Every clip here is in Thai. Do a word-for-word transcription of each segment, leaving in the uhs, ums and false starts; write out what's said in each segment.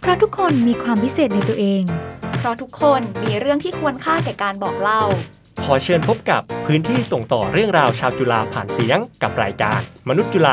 ราะทุกคนมีความพิเศษในตัวเองเพราะทุกคนมีเรื่องที่ควรค่าแก่การบอกเล่าขอเชิญพบกับพื้นที่ส่งต่อเรื่องราวชาวจุฬาผ่านเสียงกับรายการมนุษย์จุฬา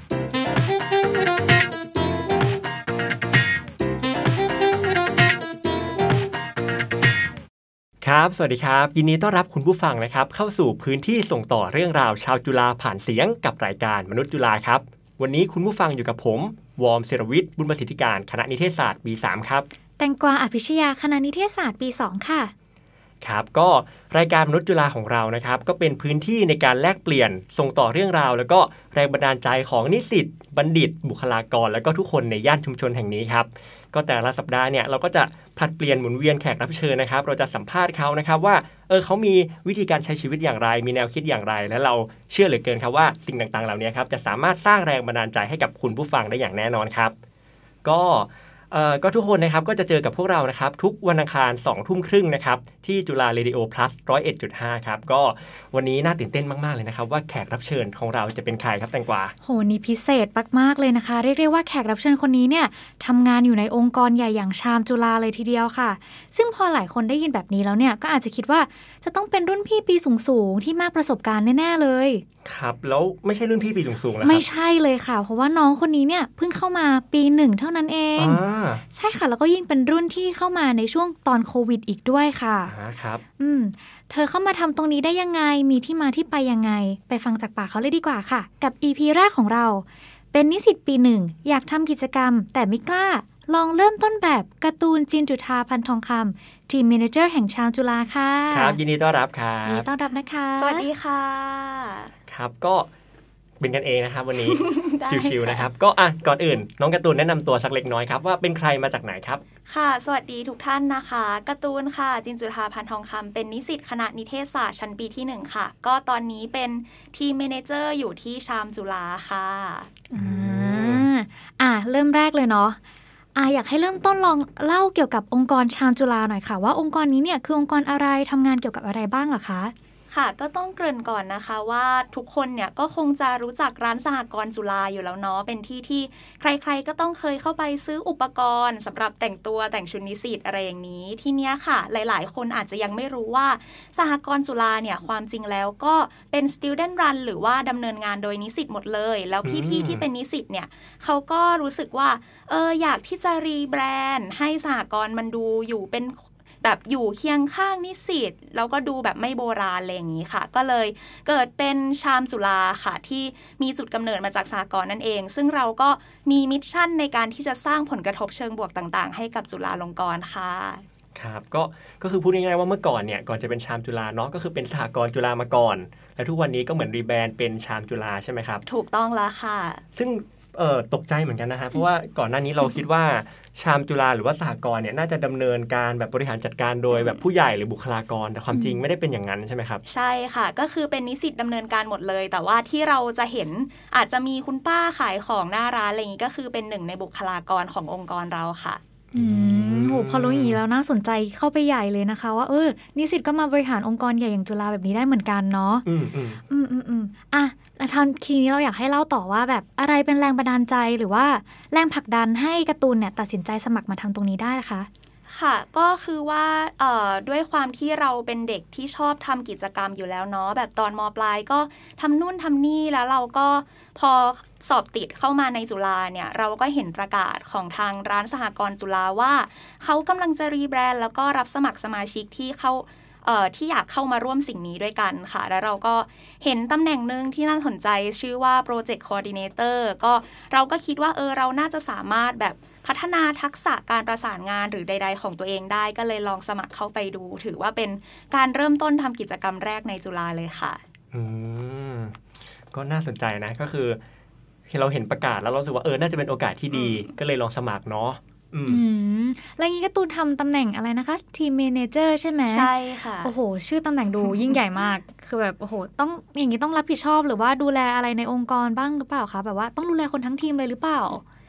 ครับสวัสดีครับยินดีต้อนรับคุณผู้ฟังนะครับเข้าสู่พื้นที่ส่งต่อเรื่องราวชาวจุฬาผ่านเสียงกับรายการมนุษย์จุฬาครับวันนี้คุณผู้ฟังอยู่กับผมวอร์มศิรวิทย์บุญประสิทธิการคณะนิเทศศาสตร์ปีสามครับแตงกวาอภิชยาคณะนิเทศศาสตร์ปีสองค่ะครับก็รายการมนุษย์จุฬาของเรานะครับก็เป็นพื้นที่ในการแลกเปลี่ยนส่งต่อเรื่องราวแล้วก็แรงบันดาลใจของนิสิตบัณฑิตบุคลากรแล้วก็ทุกคนในย่านชุมชนแห่งนี้ครับก็แต่ละสัปดาห์เนี่ยเราก็จะผลัดเปลี่ยนหมุนเวียนแขกรับเชิญนะครับเราจะสัมภาษณ์เขานะครับว่าเออเขามีวิธีการใช้ชีวิตอย่างไรมีแนวคิดอย่างไรและเราเชื่อเหลือเกินครับว่าสิ่งต่างๆเหล่านี้ครับจะสามารถสร้างแรงบันดาลใจให้กับคุณผู้ฟังได้อย่างแน่นอนครับก็เอ่อก็ทุกคนนะครับก็จะเจอกับพวกเรานะครับทุกวันอังคาร สองทุ่มครึ่งนะครับที่จุฬา Radio Plus หนึ่งร้อยเอ็ดจุดห้า ครับก็วันนี้น่าตื่นเต้นมากๆเลยนะครับว่าแขกรับเชิญของเราจะเป็นใครครับแตงกวาโหนี่พิเศษมากๆเลยนะคะเรียกได้ว่าแขกรับเชิญคนนี้เนี่ยทำงานอยู่ในองค์กรใหญ่อย่างชามจุฬาเลยทีเดียวค่ะซึ่งพอหลายคนได้ยินแบบนี้แล้วเนี่ยก็อาจจะคิดว่าจะต้องเป็นรุ่นพี่ปีสูงๆที่มากประสบการณ์แน่ๆเลยครับแล้วไม่ใช่รุ่นพี่ปีสูงๆแล้วครับไม่ใช่เลยค่ะเพราะว่าน้องคนนี้เนี่ยเพิ่งเข้ามาปีหนึ่งเท่านั้นเองใช่ค่ะแล้วก็ยิ่งเป็นรุ่นที่เข้ามาในช่วงตอนโควิดอีกด้วยค่ะอ่าครับอืมเธอเข้ามาทำตรงนี้ได้ยังไงมีที่มาที่ไปยังไงไปฟังจากปากเขาเลยดีกว่าค่ะกับ อี พี แรกของเราเป็นนิสิตปีหนึ่งอยากทำกิจกรรมแต่ไม่กล้าลองเริ่มต้นแบบการ์ตูนจินจุฑาพันทองคำทีมเมเนเจอร์แห่งชาวจุฬาค่ะครับยินดีต้อนรับครับยินดีต้อนรับนะคะสวัสดีค่ะครับก็เป็นกันเองนะครับวันนี้ ชิวๆนะครับก็อ่ะก่อนอื่นน้องการ์ตูนแนะนำตัวสักเล็กน้อยครับว่าเป็นใครมาจากไหนครับค่ะสวัสดีทุกท่านนะคะการ์ตูนค่ะจินจุฑาพันทองคำเป็นนิสิตคณะนิเทศศาสตร์ชั้นปีที่หนึ่งค่ะก็ตอนนี้เป็นทีมเมเนเจอร์อยู่ที่ชามจุฬาค่ะอ่าอ่ะเริ่มแรกเลยเนาะอ่ะอยากให้เริ่มต้นลองเล่าเกี่ยวกับองค์กรชามจุฬาหน่อยค่ะว่าองค์กรนี้เนี่ยคือองค์กรอะไรทำงานเกี่ยวกับอะไรบ้างเหรอคะค่ะก็ต้องเกริ่นก่อนนะคะว่าทุกคนเนี่ยก็คงจะรู้จักร้านสหกรณ์จุฬาอยู่แล้วเนาะเป็นที่ที่ใครๆก็ต้องเคยเข้าไปซื้ออุปกรณ์สำหรับแต่งตัวแต่งชุดนิสิตอะไรอย่างนี้ทีเนี้ยค่ะหลายๆคนอาจจะยังไม่รู้ว่าสหกรณ์จุฬาเนี่ยความจริงแล้วก็เป็น student run หรือว่าดำเนินงานโดยนิสิตหมดเลยแล้วพี่ๆที่เป็นนิสิตเนี่ยเขาก็รู้สึกว่าเอออยากที่จะรีแบรนด์ให้สหกรณ์มันดูอยู่เป็นแบบอยู่เคียงข้างนิสิตแล้วก็ดูแบบไม่โบราณอะไรอย่างนี้ค่ะก็เลยเกิดเป็นชามจุฬาค่ะที่มีจุดกำเนิดมาจากสหกรณ์นั่นเองซึ่งเราก็มีมิชชั่นในการที่จะสร้างผลกระทบเชิงบวกต่างๆให้กับจุฬาลงกรณ์ค่ะครับก็ก็คือพูดง่ายๆว่าเมื่อก่อนเนี่ยก่อนจะเป็นชามจุฬาเนาะก็คือเป็นสหกรณ์จุฬามาก่อนแล้วทุกวันนี้ก็เหมือนรีแบรนด์เป็นชามจุฬาใช่ไหมครับถูกต้องแล้วค่ะซึ่งเอ่อตกใจเหมือนกันนะฮะเพราะว่าก่อนหน้านี้เราคิดว่าชามจุฬาหรือว่าสหกรณ์เนี่ยน่าจะดำเนินการแบบบริหารจัดการโดยแบบผู้ใหญ่หรือบุคลากรแต่ความจริงไม่ได้เป็นอย่างนั้นใช่ไหมครับใช่ค่ะก็คือเป็นนิสิตดำเนินการหมดเลยแต่ว่าที่เราจะเห็นอาจจะมีคุณป้าขายของหน้าร้านอะไรอย่างนี้ก็คือเป็นหนึ่งในบุคลากรขององค์กรเราค่ะอืมโหพอรู้อย่างนี้แล้วน่าสนใจเข้าไปใหญ่เลยนะคะว่าเออนิสิตก็มาบริหารองค์กรใหญ่อย่างจุฬาแบบนี้ได้เหมือนกันเนาะอืมอืมอืมอืมอืมอ่ะทางทีนี้เราอยากให้เล่าต่อว่าแบบอะไรเป็นแรงบันดาลใจหรือว่าแรงผลักดันให้การ์ตูนเนี่ยตัดสินใจสมัครมาทำตรงนี้ได้คะค่ะก็คือว่าเอ่อด้วยความที่เราเป็นเด็กที่ชอบทำกิจกรรมอยู่แล้วเนาะแบบตอนม.ปลายก็ทำนู่นทำนี่แล้วเราก็พอสอบติดเข้ามาในจุฬาเนี่ยเราก็เห็นประกาศของทางร้านสหกรณ์จุฬาว่าเขากำลังจะรีแบรนด์แล้วก็รับสมัครสมาชิกที่เข้าเอ่อที่อยากเข้ามาร่วมสิ่งนี้ด้วยกันค่ะแล้วเราก็เห็นตำแหน่งนึงที่น่าสนใจชื่อว่า Project Coordinator ก็เราก็คิดว่าเออเราน่าจะสามารถแบบพัฒนาทักษะการประสานงานหรือใดๆของตัวเองได้ก็เลยลองสมัครเข้าไปดูถือว่าเป็นการเริ่มต้นทำกิจกรรมแรกในจุฬาเลยค่ะอืมก็น่าสนใจนะก็คือเราเห็นประกาศแล้วเราสึกว่าเออน่าจะเป็นโอกาสที่ดีก็เลยลองสมัครเนาะอืมแล้วงี้การ์ตูนทำตำแหน่งอะไรนะคะทีมเมเนเจอร์ใช่ไหมใช่ค่ะโอ้โหชื่อตำแหน่งดูยิ่งใหญ่มากคือแบบโอ้โหต้องอย่างนี้ต้องรับผิดชอบหรือว่าดูแลอะไรในองค์กรบ้างหรือเปล่าคะแบบว่าต้องดูแลคนทั้งทีมเลยหรือเปล่า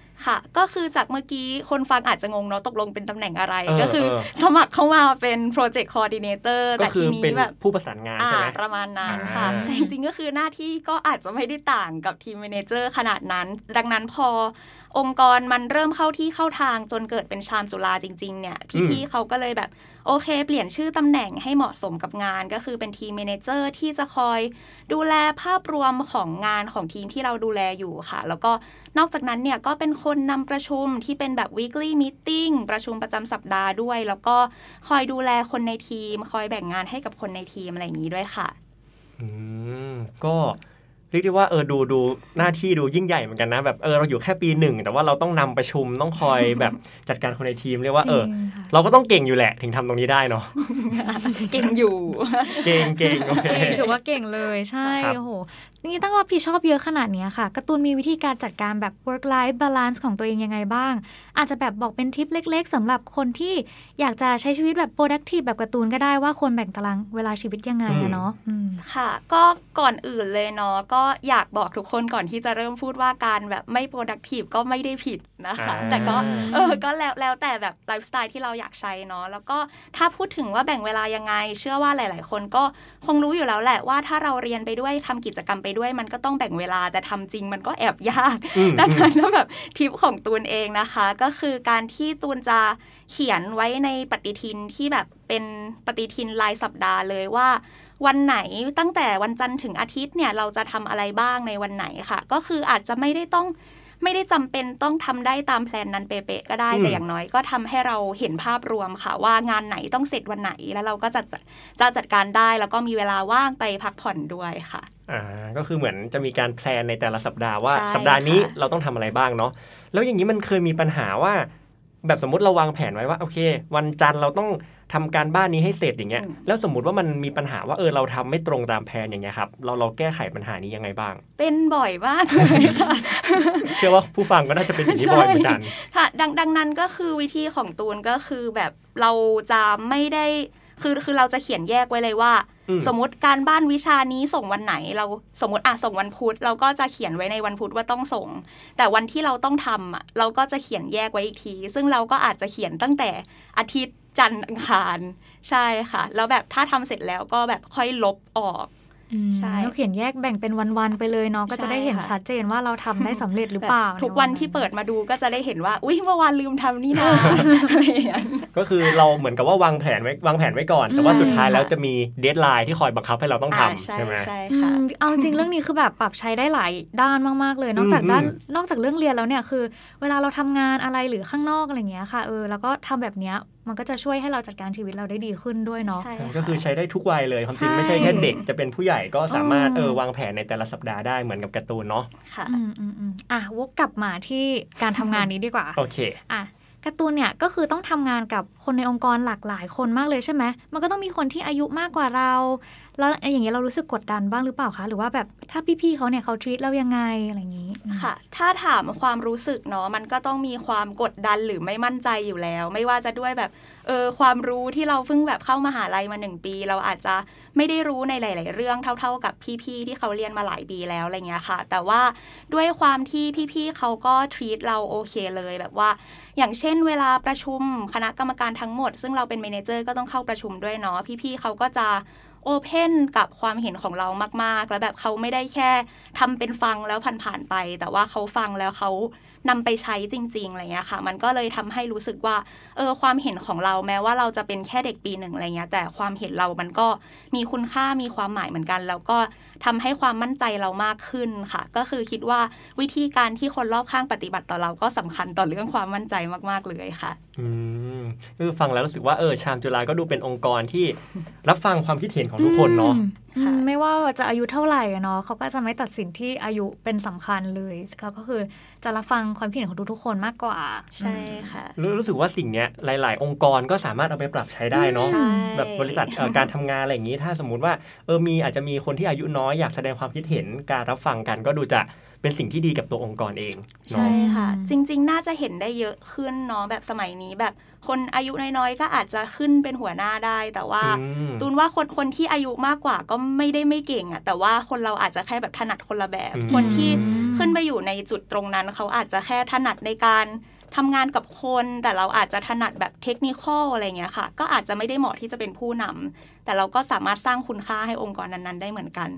ค่ะก็คือจากเมื่อกี้คนฟังอาจจะงงเนาะตกลงเป็นตำแหน่งอะไรเออก็คือเออสมัครเข้ามาเป็น Project Coordinator แต่ทีนี้แบบผู้ประสานงานใช่ไหมประมาณนั้นค่ะอ่าแต่จริงๆก็คือหน้าที่ก็อาจจะไม่ได้ต่างกับทีม Manager ขนาดนั้นดังนั้นพอองค์กรมันเริ่มเข้าที่เข้าทางจนเกิดเป็นชามจุฬาจริงๆเนี่ยพี่ๆเขาก็เลยแบบโอเคเปลี่ยนชื่อตำแหน่งให้เหมาะสมกับงานก็คือเป็นทีม Manager ที่จะคอยดูแลภาพรวมของงานของทีมที่เราดูแลอยู่ค่ะแล้วก็นอกจากนั้นเนี่ยก็เป็นคนนำประชุมที่เป็นแบบ weekly meeting ประชุมประจำสัปดาห์ด้วยแล้วก็คอยดูแลคนในทีมคอยแบ่งงานให้กับคนในทีมอะไรอย่างนี้ด้วยค่ะอืมก็เรียกได้ว่าเออดูดูหน้าที่ดูยิ่งใหญ่เหมือนกันนะแบบเออเราอยู่แค่ปีหนึ่งแต่ว่าเราต้องนำประชุมต้องคอยแบบจัดการคนในทีมเรียกว่าเออเราก็ต้องเก่งอยู่แหละถึงทำตรงนี้ได้เนาะเก่งอยู่เก่งเก่งโอเคถือว่าเก่งเลยใช่โอ้โหนี่ต้องรับผิดชอบเยอะขนาดนี้ค่ะการ์ตูนมีวิธีการจัดการแบบ work life balance ของตัวเองยังไงบ้างอาจจะแบบบอกเป็นทิปเล็กๆสำหรับคนที่อยากจะใช้ชีวิตแบบ productive แบบการ์ตูนก็ได้ว่าควรแบ่งตารางเวลาชีวิตยังไงอะเนาะค่ะก็ก่อนอื่นเลยเนาะก็อยากบอกทุกคนก่อนที่จะเริ่มพูดว่าการแบบไม่ productive ก็ไม่ได้ผิดนะคะแต่ก็เออก็แล้วแล้วแต่แบบไลฟ์สไตล์ที่เราอยากใช้เนาะแล้วก็ถ้าพูดถึงว่าแบ่งเวลายังไงเชื่อว่าหลายๆคนก็คงรู้อยู่แล้วแหละว่าถ้าเราเรียนไปด้วยทำกิจกรรมไปด้วยมันก็ต้องแบ่งเวลาแต่ทำจริงมันก็แอบยากดังนั้นแล้วแบบทิปของตูนเองนะคะก็คือการที่ตูนจะเขียนไว้ในปฏิทินที่แบบเป็นปฏิทินรายสัปดาห์เลยว่าวันไหนตั้งแต่วันจันทร์ถึงอาทิตย์เนี่ยเราจะทำอะไรบ้างในวันไหนค่ะก็คืออาจจะไม่ได้ต้องไม่ได้จำเป็นต้องทำได้ตามแพลนนั้นเป๊ะๆก็ได้แต่อย่างน้อยก็ทำให้เราเห็นภาพรวมค่ะว่างานไหนต้องเสร็จวันไหนแล้วเราก็จะจะจัดการได้แล้วก็มีเวลาว่างไปพักผ่อนด้วยค่ะอ่าก็คือเหมือนจะมีการแพลนในแต่ละสัปดาห์ว่าสัปดาห์นี้เราต้องทำอะไรบ้างเนาะแล้วอย่างนี้มันเคยมีปัญหาว่าแบบสมมติเราวางแผนไว้ว่าโอเควันจันทร์เราต้องทำการบ้านนี้ให้เสร็จอย่างเงี้ยแล้วสมมติว่ามันมีปัญหาว่าเออเราทำไม่ตรงตามแผนอย่างเงี้ยครับเราเราแก้ไขปัญหานี้ยังไงบ้างเป็นบ่อยมากเลยค่ะเชื่อว่าผู้ฟังก็น่าจะเป็นอย่างนี้บ่อยเหมือนกันค่ะดังดังนั้นก็คือวิธีของตูนก็คือแบบเราจะไม่ได้คือคือเราจะเขียนแยกไว้เลยว่าสมมติการบ้านวิชานี้ส่งวันไหนเราสมมติอ่ะส่งวันพุธเราก็จะเขียนไว้ในวันพุธว่าต้องส่งแต่วันที่เราต้องทำอ่ะเราก็จะเขียนแยกไว้อีกทีซึ่งเราก็อาจจะเขียนตั้งแต่อาทิตย์จันทร์อังคารใช่ค่ะแล้วแบบถ้าทำเสร็จแล้วก็แบบค่อยลบออกใช่เราเขียนแยกแบ่งเป็นวันๆไปเลยเนาะก็จะได้เห็นชัดเจนว่าเราทำได้สำเร็จหรือเปล่าทุกวันที่เปิดมาดูก็จะได้เห็นว่าอุ๊ยเมื่อวานลืมทำนี่นะก็คือเราเหมือนกับว่าวางแผนไว้วางแผนไว้ก่อนแต่ว่าสุดท้ายแล้วจะมีเดดไลน์ที่คอยบังคับให้เราต้องทำใช่ไหมใช่ค่ะเอาจริงเรื่องนี้คือแบบปรับใช้ได้หลายด้านมากๆเลยนอกจากด้านนอกจากเรื่องเรียนแล้วเนี่ยคือเวลาเราทำงานอะไรหรือข้างนอกอะไรเงี้ยค่ะเออแล้วก็ทำแบบเนี้ยมันก็จะช่วยให้เราจัดการชีวิตเราได้ดีขึ้นด้วยเนาะก็คือใช้ได้ทุกวัยเลยความจริงไม่ใช่แค่เด็กจะเป็นผู้ใหญ่ก็สามารถเออวางแผนในแต่ละสัปดาห์ได้เหมือนกับการ์ตูนเนาะค่ะอืมอืมอืมอ่ะวกกลับมาที่การทำงานนี้ดีกว่าโอเคอ่ะการ์ตูนเนี่ยก็คือต้องทำงานกับคนในองค์กรหลากหลายคนมากเลยใช่ไหมมันก็ต้องมีคนที่อายุมากกว่าเราแล้วอย่างเงี้ยเรารู้สึกกดดันบ้างหรือเปล่าคะหรือว่าแบบถ้าพี่ๆเขาเนี่ยเขาทรีตเรายังไงอะไรอย่างงี้ค่ะถ้าถามความรู้สึกเนาะมันก็ต้องมีความกดดันหรือไม่มั่นใจอยู่แล้วไม่ว่าจะด้วยแบบเออความรู้ที่เราเพิ่งแบบเข้ามหาลัยมาหนึ่งปีเราอาจจะไม่ได้รู้ในหลายๆเรื่องเท่าๆกับพี่ๆที่เขาเรียนมาหลายปีแล้วอะไรเงี้ยค่ะแต่ว่าด้วยความที่พี่ๆเขาก็ทรีตเราโอเคเลยแบบว่าอย่างเช่นเวลาประชุมคณะกรรมการทั้งหมดซึ่งเราเป็นเมเนเจอร์ก็ต้องเข้าประชุมด้วยเนาะพี่ๆเขาก็จะโอเพนกับความเห็นของเรามากๆแล้วแบบเขาไม่ได้แค่ทำเป็นฟังแล้วผ่านๆไปแต่ว่าเขาฟังแล้วเขานำไปใช้จริงๆอะไรเงี้ยค่ะมันก็เลยทำให้รู้สึกว่าเออความเห็นของเราแม้ว่าเราจะเป็นแค่เด็กปีหนึ่งอะไรเงี้ยแต่ความเห็นเรามันก็มีคุณค่ามีความหมายเหมือนกันแล้วก็ทำให้ความมั่นใจเรามากขึ้นค่ะก็คือคิดว่าวิธีการที่คนรอบข้างปฏิบัติต่อเราก็สำคัญต่อเรื่องความมั่นใจมากๆเลยค่ะอืมคือฟังแล้วรู้สึกว่าเออชามจุฬาก็ดูเป็นองค์กรที่รับฟังความคิดเห็นของทุกคนเนาะไม่ว่าจะอายุเท่าไหร่เนาะเขาก็จะไม่ตัดสินที่อายุเป็นสำคัญเลยเขาก็คือจะรับฟังความคิดเห็นของทุกๆคนมากกว่าใช่ค่ะรู้สึกว่าสิ่งเนี้ยหลายๆองค์กรก็สามารถเอาไปปรับใช้ได้เนาะแบบบริษัทการทำงานอะไรอย่างนี้ถ้าสมมุติว่าเออมีอาจจะมีคนที่อายุน้อยอยากแสดงความคิดเห็นการรับฟังกันก็ดูจะเป็นสิ่งที่ดีกับตัวองค์กรเองใช่ค่ะจริงๆน่าจะเห็นได้เยอะขึ้นเนาะแบบสมัยนี้แบบคนอายุน้อยๆก็อาจจะขึ้นเป็นหัวหน้าได้แต่ว่าตูนว่าคนคนที่อายุมากกว่าก็ไม่ได้ไม่เก่งอ่ะแต่ว่าคนเราอาจจะแค่แบบถนัดคนละแบบคนที่เคขึ้นไปอยู่ในจุดตรงนั้นเขาอาจจะแค่ถนัดในการทำงานกับคนแต่เราอาจจะถนัดแบบเทคนิคอลอะไรเงี้ยค่ะก็อาจจะไม่ได้เหมาะที่จะเป็นผู้นำแต่เราก็สามารถสร้างคุณค่าให้องค์กรนั้นๆได้เหมือนกัน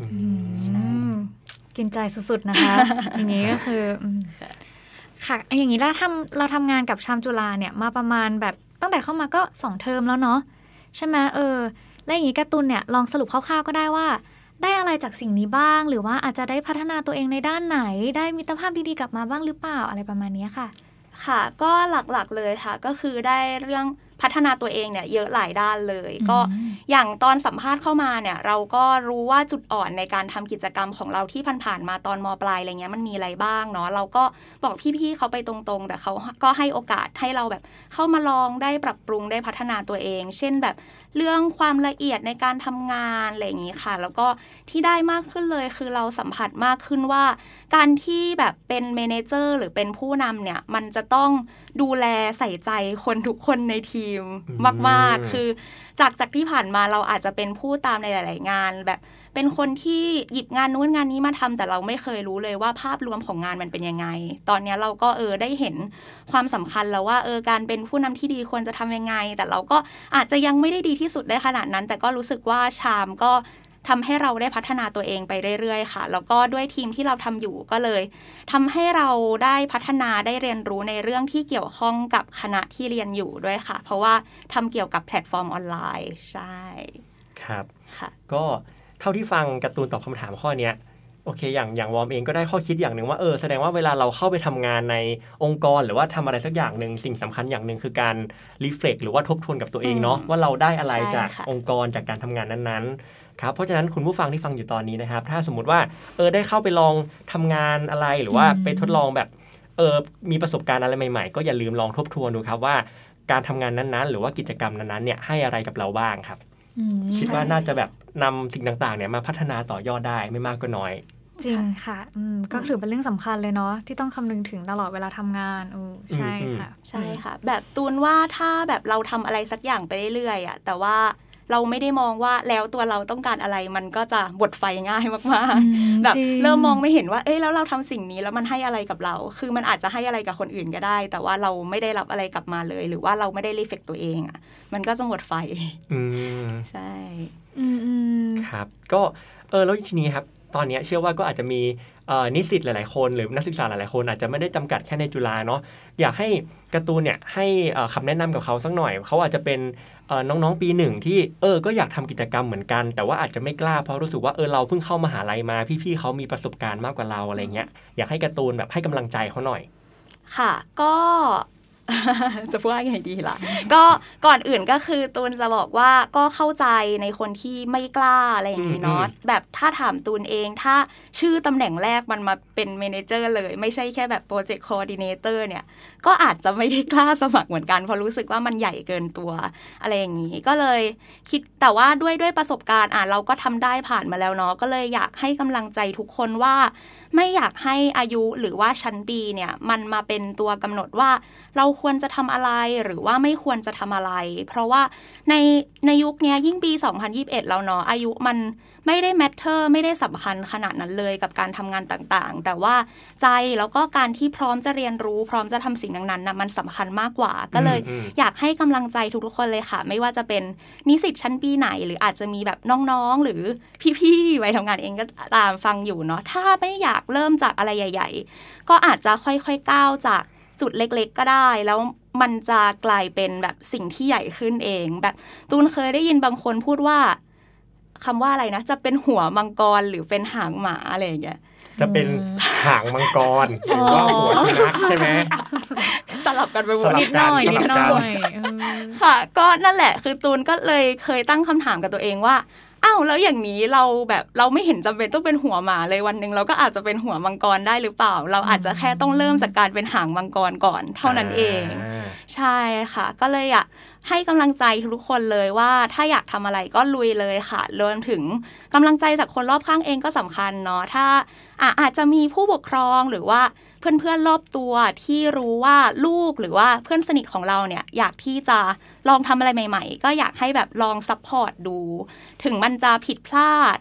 กินใจสุดๆนะคะ อย่างนี้ก็คือค่ะอย่างนี้เราทำเราทำงานกับชามจุฬาเนี่ยมาประมาณแบบตั้งแต่เข้ามาก็สองเทอมแล้วเนาะใช่ไหมเออแล้วอย่างนี้การ์ตูนเนี่ยลองสรุปคร่าวๆก็ได้ว่าได้อะไรจากสิ่งนี้บ้างหรือว่าอาจจะได้พัฒนาตัวเองในด้านไหนได้มิตรภาพดีๆกลับมาบ้างหรือเปล่าอะไรประมาณนี้ค่ะค่ะก็หลักๆเลยค่ะก็คือได้เรื่องพัฒนาตัวเองเนี่ยเยอะหลายด้านเลยก็อย่างตอนสัมภาษณ์เข้ามาเนี่ยเราก็รู้ว่าจุดอ่อนในการทำกิจกรรมของเราที่ผ่านๆมาตอนม.ปลายอะไรเงี้ยมันมีอะไรบ้างเนาะเราก็บอกพี่ๆเขาไปตรงๆแต่เขาก็ให้โอกาสให้เราแบบเข้ามาลองได้ปรับปรุงได้พัฒนาตัวเองเช่นแบบเรื่องความละเอียดในการทำงานอะไรอย่างนี้ค่ะแล้วก็ที่ได้มากขึ้นเลยคือเราสัมผัสมากขึ้นว่าการที่แบบเป็นเมเนเจอร์หรือเป็นผู้นำเนี่ยมันจะต้องดูแลใส่ใจคนทุกคนในทีมมากๆคือจากจากที่ผ่านมาเราอาจจะเป็นผู้ตามในหลายๆงานแบบเป็นคนที่หยิบงานนู้นงานนี้มาทำแต่เราไม่เคยรู้เลยว่าภาพรวมของงานมันเป็นยังไงตอนนี้เราก็เออได้เห็นความสำคัญแล้วว่าเออการเป็นผู้นำที่ดีควรจะทำยังไงแต่เราก็อาจจะยังไม่ได้ดีที่สุดได้ขนาดนั้นแต่ก็รู้สึกว่าชามก็ทำให้เราได้พัฒนาตัวเองไปเรื่อยๆค่ะแล้วก็ด้วยทีมที่เราทำอยู่ก็เลยทำให้เราได้พัฒนาได้เรียนรู้ในเรื่องที่เกี่ยวข้องกับคณะที่เรียนอยู่ด้วยค่ะเพราะว่าทำเกี่ยวกับแพลตฟอร์มออนไลน์ใช่ครับค่ะก็เท่าที่ฟังการ์ตูนตอบคำถามข้อนี้โอเคอย่างอย่างวอร์มเองก็ได้ข้อคิดอย่างหนึ่งว่าเออแสดงว่าเวลาเราเข้าไปทำงานในองค์กรหรือว่าทำอะไรสักอย่างหนึ่งสิ่งสำคัญอย่างหนึ่งคือการรีเฟล็กหรือว่าทบทวนกับตัวเองเนาะว่าเราได้อะไรจากองค์กรจากการทำงานนั้นๆครับเพราะฉะนั้นคุณผู้ฟังที่ฟังอยู่ตอนนี้นะครับถ้าสมมุติว่าเออได้เข้าไปลองทำงานอะไรหรือว่าไปทดลองแบบเออมีประสบการณ์อะไรใหม่ๆก็อย่าลืมลองทบทวนดูครับว่าการทำงานนั้นๆหรือว่ากิจกรรมนั้นๆเนี่ยให้อะไรกับเราบ้างครับคิดว่าน่าจะแบบนำสิ่งต่างๆเนี่ยมาพัฒนาต่อยอดได้ไม่มากก็น้อยจริงค่ะก็ถือเป็นเรื่องสำคัญเลยเนาะที่ต้องคำนึงถึงตลอดเวลาทำงานอือใช่ค่ะใช่ค่ะแบบตูนว่าถ้าแบบเราทำอะไรสักอย่างไปเรื่อยๆอ่ะแต่ว่าเราไม่ได้มองว่าแล้วตัวเราต้องการอะไรมันก็จะบดไฟง่ายมากๆแบบเริ่มมองไม่เห็นว่าเอ้ยแล้วเราทำสิ่งนี้แล้วมันให้อะไรกับเราคือมันอาจจะให้อะไรกับคนอื่นก็ได้แต่ว่าเราไม่ได้รับอะไรกลับมาเลยหรือว่าเราไม่ได้รีเฟล็กตัวเองอ่ะมันก็จะหมดไฟใช่ครับก็เออแล้วทีนี้ครับตอนนี้เชื่อว่าก็อาจจะมีนิสิตหลายๆคนหรือนักศึกษาหลายๆคนอาจจะไม่ได้จำกัดแค่ในจุฬาเนาะอยากให้การ์ตูนเนี่ยให้คำแนะนำกับเขาสักหน่อยเขาอาจจะเป็นน้องๆปีหนึ่งที่เออก็อยากทำกิจกรรมเหมือนกันแต่ว่าอาจจะไม่กล้าเพราะรู้สึกว่าเออเราเพิ่งเข้ามหาลัยมาพี่ๆเขามีประสบการณ์มากกว่าเราอะไรเงี้ยอยากให้การ์ตูนแบบให้กำลังใจเขาหน่อยค่ะก็จะพูดว่าไงดีล่ะก็ก่อนอื่นก็คือตูนจะบอกว่าก็เข้าใจในคนที่ไม่กล้าอะไรอย่างนี้เนาะแบบถ้าถามตูนเองถ้าชื่อตำแหน่งแรกมันมาเป็นเมเนเจอร์เลยไม่ใช่แค่แบบโปรเจกต์โคอร์ดิเนเตอร์เนี่ยก็อาจจะไม่ได้กล้าสมัครเหมือนกันเพราะรู้สึกว่ามันใหญ่เกินตัวอะไรอย่างนี้ก็เลยคิดแต่ว่าด้วยด้วยประสบการณ์อ่ะเราก็ทำได้ผ่านมาแล้วเนาะก็เลยอยากให้กำลังใจทุกคนว่าไม่อยากให้อายุหรือว่าชั้นปีเนี่ยมันมาเป็นตัวกำหนดว่าเราควรจะทำอะไรหรือว่าไม่ควรจะทำอะไรเพราะว่าในในยุคนี้ยิ่งปีสองพันยี่สิบเอ็ดแล้วเนาะอายุมันไม่ได้แมทเทอร์ไม่ได้สำคัญขนาดนั้นเลยกับการทำงานต่างๆแต่ว่าใจแล้วก็การที่พร้อมจะเรียนรู้พร้อมจะทำสิ่งนั้นๆนะมันสำคัญมากกว่าก็เลยอยากให้กำลังใจทุกๆคนเลยค่ะไม่ว่าจะเป็นนิสิตชั้นปีไหนหรืออาจจะมีแบบน้องๆหรือพี่ๆวัยทำงานเองก็ตามฟังอยู่เนาะถ้าไม่อยากเริ่มจากอะไรใหญ่ๆก็อาจจะค่อยๆก้าวจากจุดเล็กๆก็ได้แล้วมันจะกลายเป็นแบบสิ่งที่ใหญ่ขึ้นเองแบบตูนเคยได้ยินบางคนพูดว่าคำว่าอะไรนะจะเป็นหัวมังกรหรือเป็นหางหมาอะไรอย่างเงี้ยจะเป็นหางมังกรหรือว่าหัวสุนัขใช่ไหมสลับกันไปหมดนิดหน่อยนิดหน่อยค่ะก็นั่นแหละคือตูนก็เลยเคยตั้งคำถามกับตัวเองว่าอ้าวแล้วอย่างนี้เราแบบเราไม่เห็นจำเป็นต้องเป็นหัวหมาเลยวันนึงเราก็อาจจะเป็นหัวมังกรได้หรือเปล่าเราอาจจะแค่ต้องเริ่มจากการเป็นหางมังกรก่อนเท่านั้นเองใช่ค่ะก็เลยอยากให้กำลังใจทุกคนเลยว่าถ้าอยากทำอะไรก็ลุยเลยค่ะรวมถึงกำลังใจจากคนรอบข้างเองก็สำคัญเนาะถ้าอาอาจจะมีผู้ปกครองหรือว่าเพื่อนๆรอบตัวที่รู้ว่าลูกหรือว่าเพื่อนสนิทของเราเนี่ยอยากที่จะลองทำอะไรใหม่ๆก็อยากให้แบบลองซัพพอร์ตดูถึงมันจะผิดพลาด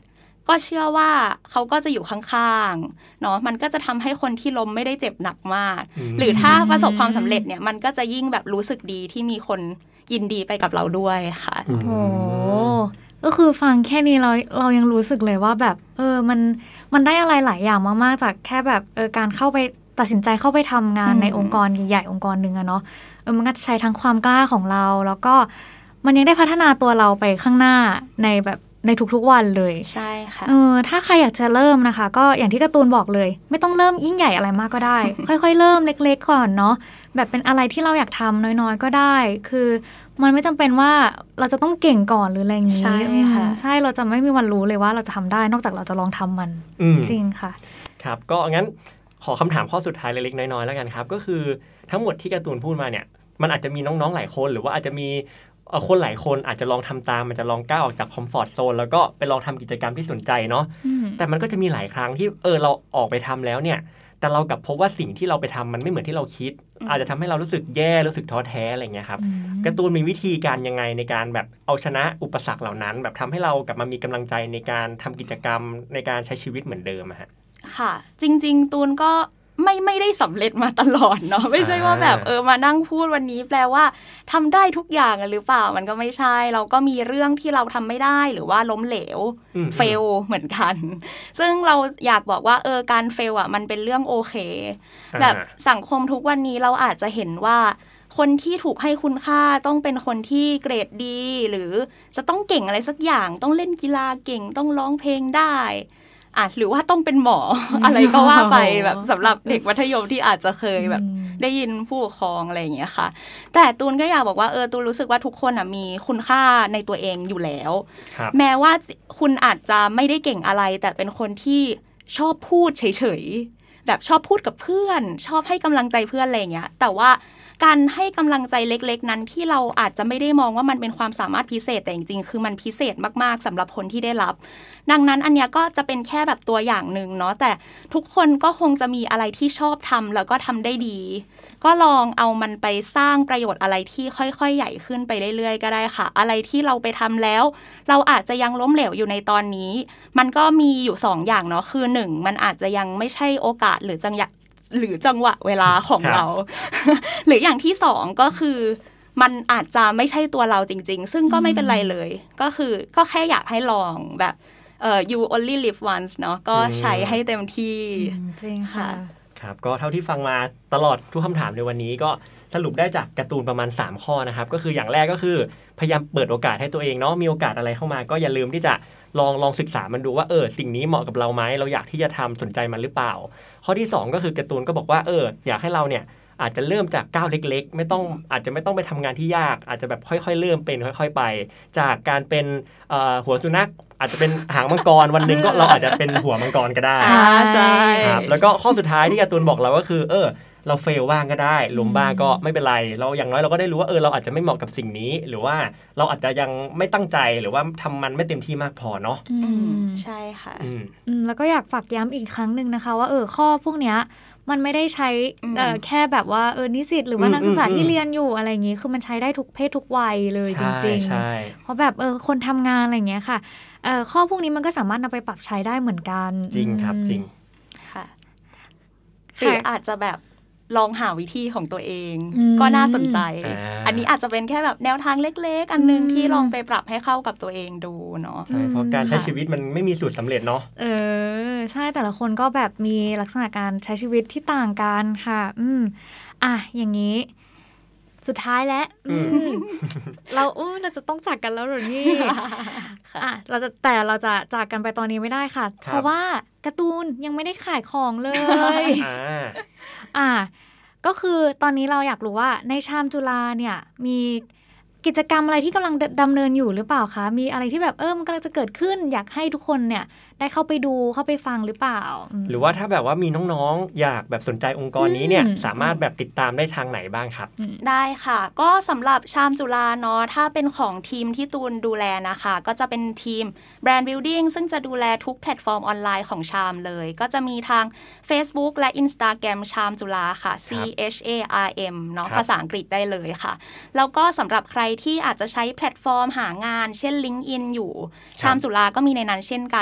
ก็เชื่อว่าเขาก็จะอยู่ข้างๆเนาะมันก็จะทำให้คนที่ล้มไม่ได้เจ็บหนักมากหรือถ้าประสบความสำเร็จเนี่ยมันก็จะยิ่งแบบรู้สึกดีที่มีคนยินดีไปกับเราด้วยค่ะโอ้โหก็คือฟังแค่นี้เราเรายังรู้สึกเลยว่าแบบเออมันมันได้อะไรหลายอย่างมากๆจากแค่แบบเออการเข้าไปตัดสินใจเข้าไปทำงานในองค์กรใหญ่ๆองค์กรหนึ่งอะเนาะเออมันก็จะใช้ทั้งความกล้าของเราแล้วก็มันยังได้พัฒนาตัวเราไปข้างหน้าในแบบในทุกๆวันเลยใช่ค่ะเออถ้าใครอยากจะเริ่มนะคะก็อย่างที่การ์ตูนบอกเลยไม่ต้องเริ่มยิ่งใหญ่อะไรมากก็ได้ ค่อยๆเริ่มเล็กๆก่อนเนาะแบบเป็นอะไรที่เราอยากทำน้อยๆก็ได้คือมันไม่จำเป็นว่าเราจะต้องเก่งก่อนหรืออะไรอย่างนี้ใช่ค่ะใช่เราจะไม่มีวันรู้เลยว่าเราจะทำได้นอกจากเราจะลองทำมันจริงค่ะครับก็งั้นขอคำถามข้อสุดท้ายเล็กๆน้อยๆแล้วกันครับก็คือทั้งหมดที่การ์ตูนพูดมาเนี่ยมันอาจจะมีน้องๆหลายคนหรือว่าอาจจะมีคนหลายคนอาจจะลองทำตามมันจะลองก้าวออกจากคอมฟอร์ทโซนแล้วก็ไปลองทำกิจกรรมที่สนใจเนาะแต่มันก็จะมีหลายครั้งที่เออเราออกไปทำแล้วเนี่ยแต่เรากลับพบว่าสิ่งที่เราไปทำมันไม่เหมือนที่เราคิดอาจจะทำให้เรารู้สึกแย่รู้สึกท้อแท้อะไรเงี้ยครับการ์ตูนมีวิธีการยังไงในการแบบเอาชนะอุปสรรคเหล่านั้นแบบทำให้เรากลับมามีกำลังใจในการทำกิจกรรมในการใช้ชีวิตเหมือนเดิมอะฮะค่ะจริงๆตูนก็ไม่ไม่ได้สำเร็จมาตลอดเนาะไม่ใช่ว่าแบบเออมานั่งพูดวันนี้แปลว่าทำได้ทุกอย่างหรือเปล่ามันก็ไม่ใช่เราก็มีเรื่องที่เราทำไม่ได้หรือว่าล้มเหลวเฟลเหมือนกันซึ่งเราอยากบอกว่าเออการเฟลอ่ะมันเป็นเรื่องโอเคแบบสังคมทุกวันนี้เราอาจจะเห็นว่าคนที่ถูกให้คุณค่าต้องเป็นคนที่เกรดดีหรือจะต้องเก่งอะไรสักอย่างต้องเล่นกีฬาเก่งต้องร้องเพลงได้อ่ะหรือว่าต้องเป็นหมอ อะไรก็ว่าไปแบบสำหรับเด็กมัธยมที่อาจจะเคยแบบได้ยินผู้ปกครองอะไรอย่างเงี้ยค่ะแต่ตูนก็อยากบอกว่าเออตูนรู้สึกว่าทุกคนอ่ะมีคุณค่าในตัวเองอยู่แล้วแม้ว่าคุณอาจจะไม่ได้เก่งอะไรแต่เป็นคนที่ชอบพูดเฉยๆแบบชอบพูดกับเพื่อนชอบให้กำลังใจเพื่อนอะไรอย่างเงี้ยแต่ว่าการให้กำลังใจเล็กๆนั้นที่เราอาจจะไม่ได้มองว่ามันเป็นความสามารถพิเศษแต่จริงๆคือมันพิเศษมากๆสำหรับคนที่ได้รับดังนั้นอันเนี้ยก็จะเป็นแค่แบบตัวอย่างนึงเนาะแต่ทุกคนก็คงจะมีอะไรที่ชอบทำแล้วก็ทำได้ดีก็ลองเอามันไปสร้างประโยชน์อะไรที่ค่อยๆใหญ่ขึ้นไปเรื่อยๆก็ได้ค่ะอะไรที่เราไปทำแล้วเราอาจจะยังล้มเหลวอยู่ในตอนนี้มันก็มีอยู่สองอย่างเนาะคือหนึ่งมันอาจจะยังไม่ใช่โอกาสหรือจังหวะหรือจังหวะเวลาของเรา หรืออย่างที่สองก็คือมันอาจจะไม่ใช่ตัวเราจริงๆซึ่งก็ไม่เป็นไรเลยก็คือก็แค่อยากให้ลองแบบเอ่อ you only live once เนาะก็ใช้ให้เต็มที่จริงค่ะครับก็เท่าที่ฟังมาตลอดทุกคำถามในวันนี้ก็สรุปได้จากการ์ตูนประมาณสามข้อนะครับก็คืออย่างแรกก็คือพยายามเปิดโอกาสให้ตัวเองเนาะมีโอกาสอะไรเข้ามาก็อย่าลืมที่จะลองลองศึกษามันดูว่าเออสิ่งนี้เหมาะกับเราไหมเราอยากที่จะทำสนใจมันหรือเปล่าข้อที่สองก็คือการ์ตูนก็บอกว่าเอออยากให้เราเนี่ยอาจจะเริ่มจากก้าวเล็กๆไม่ต้องอาจจะไม่ต้องไปทำงานที่ยากอาจจะแบบค่อยๆเริ่มเป็นค่อยๆไปจากการเป็นหัวสุนัขอาจจะเป็นหางมังกรวันนึงก็เราอาจจะเป็นหัวมังกรก็ได้ใช่ครับแล้วก็ข้อสุดท้ายที่การ์ตูนบอกเราก็คือเออเราเฟลบ้างก็ได้ล้มบ้างก็ไม่เป็นไรเราอย่างน้อยเราก็ได้รู้ว่าเออเราอาจจะไม่เหมาะกับสิ่งนี้หรือว่าเราอาจจะยังไม่ตั้งใจหรือว่าทำมันไม่เต็มที่มากพอเนาะใช่ค่ะแล้วก็อยากฝากย้ำอีกครั้งนึงนะคะว่าเออข้อพวกเนี้ยมันไม่ได้ใช้แค่แบบว่าเออนิสิตหรือว่านักศึกษาที่เรียนอยู่อะไรอย่างงี้คือมันใช้ได้ทุกเพศทุกวัยเลยจริงๆเพราะแบบเออคนทำงานอะไรอย่างเงี้ยค่ะเออข้อพวกนี้มันก็สามารถนำไปปรับใช้ได้เหมือนกันจริงครับจริงค่ะหรืออาจจะแบบลองหาวิธีของตัวเองก็น่าสนใจ อ, อันนี้อาจจะเป็นแค่แบบแนวทางเล็กๆอันนึงที่ลองไปปรับให้เข้ากับตัวเองดูเนาะใช่เพราะการใช้ชีวิตมันไม่มีสูตรสำเร็จเนาะเออใช่แต่ละคนก็แบบมีลักษณะการใช้ชีวิตที่ต่างกันค่ะอืมอ่ะอย่างนี้สุดท้ายแล้วเราอู้เราจะต้องจากกันแล้วหรือนี่อ่ะเราจะแต่เราจะจากกันไปตอนนี้ไม่ได้ค่ะเพราะว่าการ์ตูนยังไม่ได้ขายของเลยอ่ะก็คือตอนนี้เราอยากรู้ว่าในชามจุฬาเนี่ยมีกิจกรรมอะไรที่กำลังดำเนินอยู่หรือเปล่าคะมีอะไรที่แบบเออมันกำลังจะเกิดขึ้นอยากให้ทุกคนเนี่ยได้เข้าไปดูเข้าไปฟังหรือเปล่าหรือว่าถ้าแบบว่ามีน้องๆอยากแบบสนใจองค์กรนี้เนี่ยสามารถแบบติดตามได้ทางไหนบ้างครับได้ค่ะก็สำหรับชามจุฬาเนาะถ้าเป็นของทีมที่ตูนดูแลนะคะก็จะเป็นทีม Brand Building ซึ่งจะดูแลทุกแพลตฟอร์มออนไลน์ของชามเลยก็จะมีทาง Facebook และ Instagram ชามจุฬาค่ะ C H A R M เนาะภาษาอังกฤษได้เลยค่ะแล้วก็สำหรับใครที่อาจจะใช้แพลตฟอร์มหางานเช่น LinkedIn อยู่ชามจุฬาก็มีในนั้นเช่นกันก็จะมี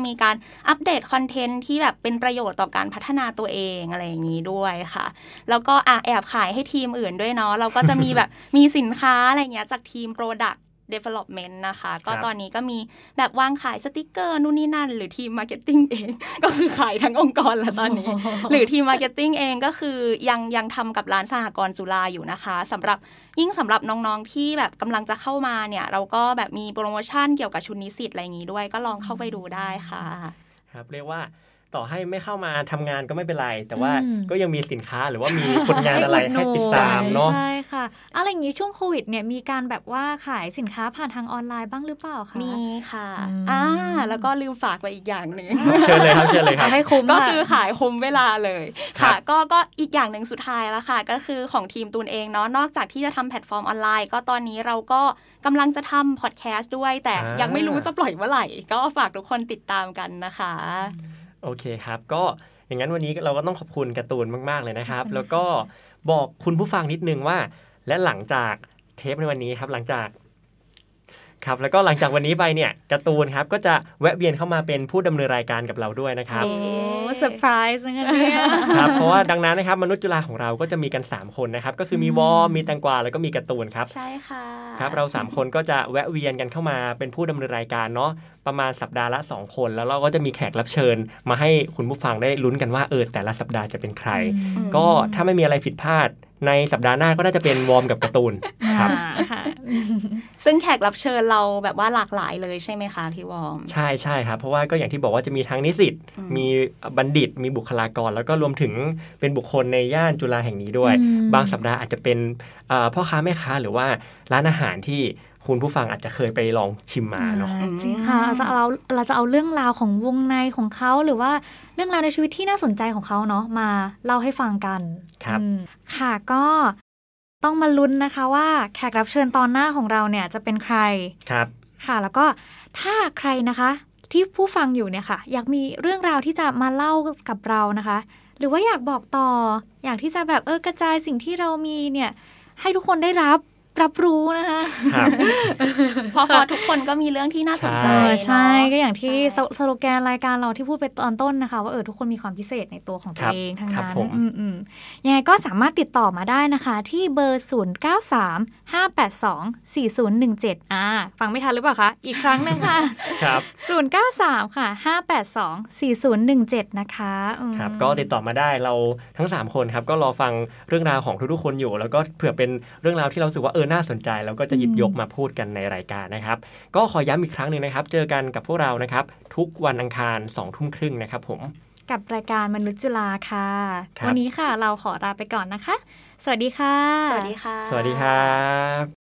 มีการอัปเดตคอนเทนต์ที่แบบเป็นประโยชน์ต่อการพัฒนาตัวเองอะไรอย่างนี้ด้วยค่ะแล้วก็อ่ะแอบขายให้ทีมอื่นด้วยเนาะเราก็จะมีแบบ มีสินค้าอะไรเงี้ยจากทีม Product Development นะคะก็ตอนนี้ก็มีแบบวางขายสติกเกอร์นู่นนี่นั่นหรือทีม Marketing เอง ก็คือขายทั้งองค์กรแล้วตอนนี้ หรือทีม Marketing เองก็คือยังยังทำกับร้านสหกรณ์จุฬาอยู่นะคะสำหรับยิ่งสำหรับน้องๆที่แบบกำลังจะเข้ามาเนี่ยเราก็แบบมีโปรโมชั่นเกี่ยวกับชุดนิสิตอะไรอย่างนี้ด้วยก็ลองเข้าไปดูได้ค่ะครับเรียกว่าต่อให้ไม่เข้ามาทำงานก็ไม่เป็นไรแต่ว่าก็ยังมีสินค้าหรือว่ามีผลงานอะไรให้ติดตามเนาะใช่ค่ะอะไรอย่างนี้ช่วงโควิดเนี่ยมีการแบบว่าขายสินค้าผ่านทางออนไลน์บ้างหรือเปล่าคะมีค่ะอ่าแล้วก็ลืมฝากไปอีกอย่างนึงเชิญเลยครับเชิญเลยครับให้คุ้มก็คือขายคุ้มเวลาเลยค่ะก็ก็อีกอย่างนึงสุดท้ายแล้วค่ะก็คือของทีมตูนเองเนาะนอกจากที่จะทำแพลตฟอร์มออนไลน์ก็ตอนนี้เราก็กำลังจะทำพอดแคสต์ด้วยแต่ยังไม่รู้จะปล่อยเมื่อไหร่ก็ฝากทุกคนติดตามกันนะคะโอเคครับก็อย่างนั้นวันนี้เราก็ต้องขอบคุณการ์ตูนมากๆเลยนะครับแล้วก็บอกคุณผู้ฟังนิดนึงว่าและหลังจากเทปในวันนี้ครับหลังจากครับแล้วก็หลังจากวันนี้ไปเนี่ยการ์ตูนครับก็จะแวะเวียนเข้ามาเป็นผู้ดำเนินรายการกับเราด้วยนะครับโอ้เซอร์ไพรส์งั้นเนี่ยครับเพราะว่าดังนั้นนะครับมนุษย์จุฬาของเราก็จะมีกันสามคนนะครับก็คือมีวอมมีแตงกวาแล้วก็มีการ์ตูนครับใช่ค่ะครับเราสามคนก็จะแวะเวียนกันเข้ามาเป็นผู้ดำเนินรายการเนาะประมาณสัปดาห์ละสองคนแล้วเราก็จะมีแขกรับเชิญมาให้คุณผู้ฟังได้ลุ้นกันว่าเออแต่ละสัปดาห์จะเป็นใครก็ถ้าไม่มีอะไรผิดพลาดในสัปดาห์หน้าก็น่าจะเป็นวอร์มกับการ์ตูนครับซึ่งแขกรับเชิญเราแบบว่าหลากหลายเลยใช่ไหมคะพี่วอร์มใช่ใช่ครับเพราะว่าก็อย่างที่บอกว่าจะมีทั้งนิสิตมีบัณฑิตมีบุคลากรแล้วก็รวมถึงเป็นบุคคลในย่านจุฬาแห่งนี้ด้วยบางสัปดาห์อาจจะเป็นพ่อค้าแม่ค้าหรือว่าร้านอาหารที่คุณผู้ฟังอาจจะเคยไปลองชิมมาเนาะจริงค่ะเราจะเอาเราจะเอาเรื่องราวของวงในของเขาหรือว่าเรื่องราวในชีวิตที่น่าสนใจของเขาเนาะมาเล่าให้ฟังกันครับค่ะก็ต้องมาลุ้นนะคะว่าแขกรับเชิญตอนหน้าของเราเนี่ยจะเป็นใครครับค่ะแล้วก็ถ้าใครนะคะที่ผู้ฟังอยู่เนี่ยค่ะอยากมีเรื่องราวที่จะมาเล่ากับเรานะคะหรือว่าอยากบอกต่ออยากที่จะแบบเออกระจายสิ่งที่เรามีเนี่ยให้ทุกคนได้รับรับรู้นะคะเพราะทุกคนก็มีเรื่องที่น่าสนใจใช่ก็อย่างที่สโลแกนรายการเราที่พูดไปตอนต้นนะคะว่าเออทุกคนมีความพิเศษในตัวของตัวเองทั้งนั้นยังไงก็สามารถติดต่อมาได้นะคะที่เบอร์ศูนย์ เก้า สาม ห้า แปด สอง สี่ ศูนย์ หนึ่ง เจ็ดอ่าฟังไม่ทันหรือเปล่าคะอีกครั้งนึงค่ะครับศูนย์ เก้า สาม ค่ะ ห้า แปด สอง สี่ ศูนย์ หนึ่ง เจ็ดนะคะครับก็ติดต่อมาได้เราทั้งสามคนครับก็รอฟังเรื่องราวของทุกๆคนอยู่แล้วก็เผื่อเป็นเรื่องราวที่เราสึกว่าเออน่าสนใจแล้วก็จะหยิบยกมาพูดกันในรายการนะครับก็ขอย้ำอีกครั้งหนึ่งนะครับเจอกันกับพวกเรานะครับทุกวันอังคาร สองทุ่มครึ่งนะครับผมกับรายการมนุษย์จุฬาค่ะวันนี้ค่ะเราขอลาไปก่อนนะคะสวัสดีค่ะสวัสดีค่ะสวัสดีครับ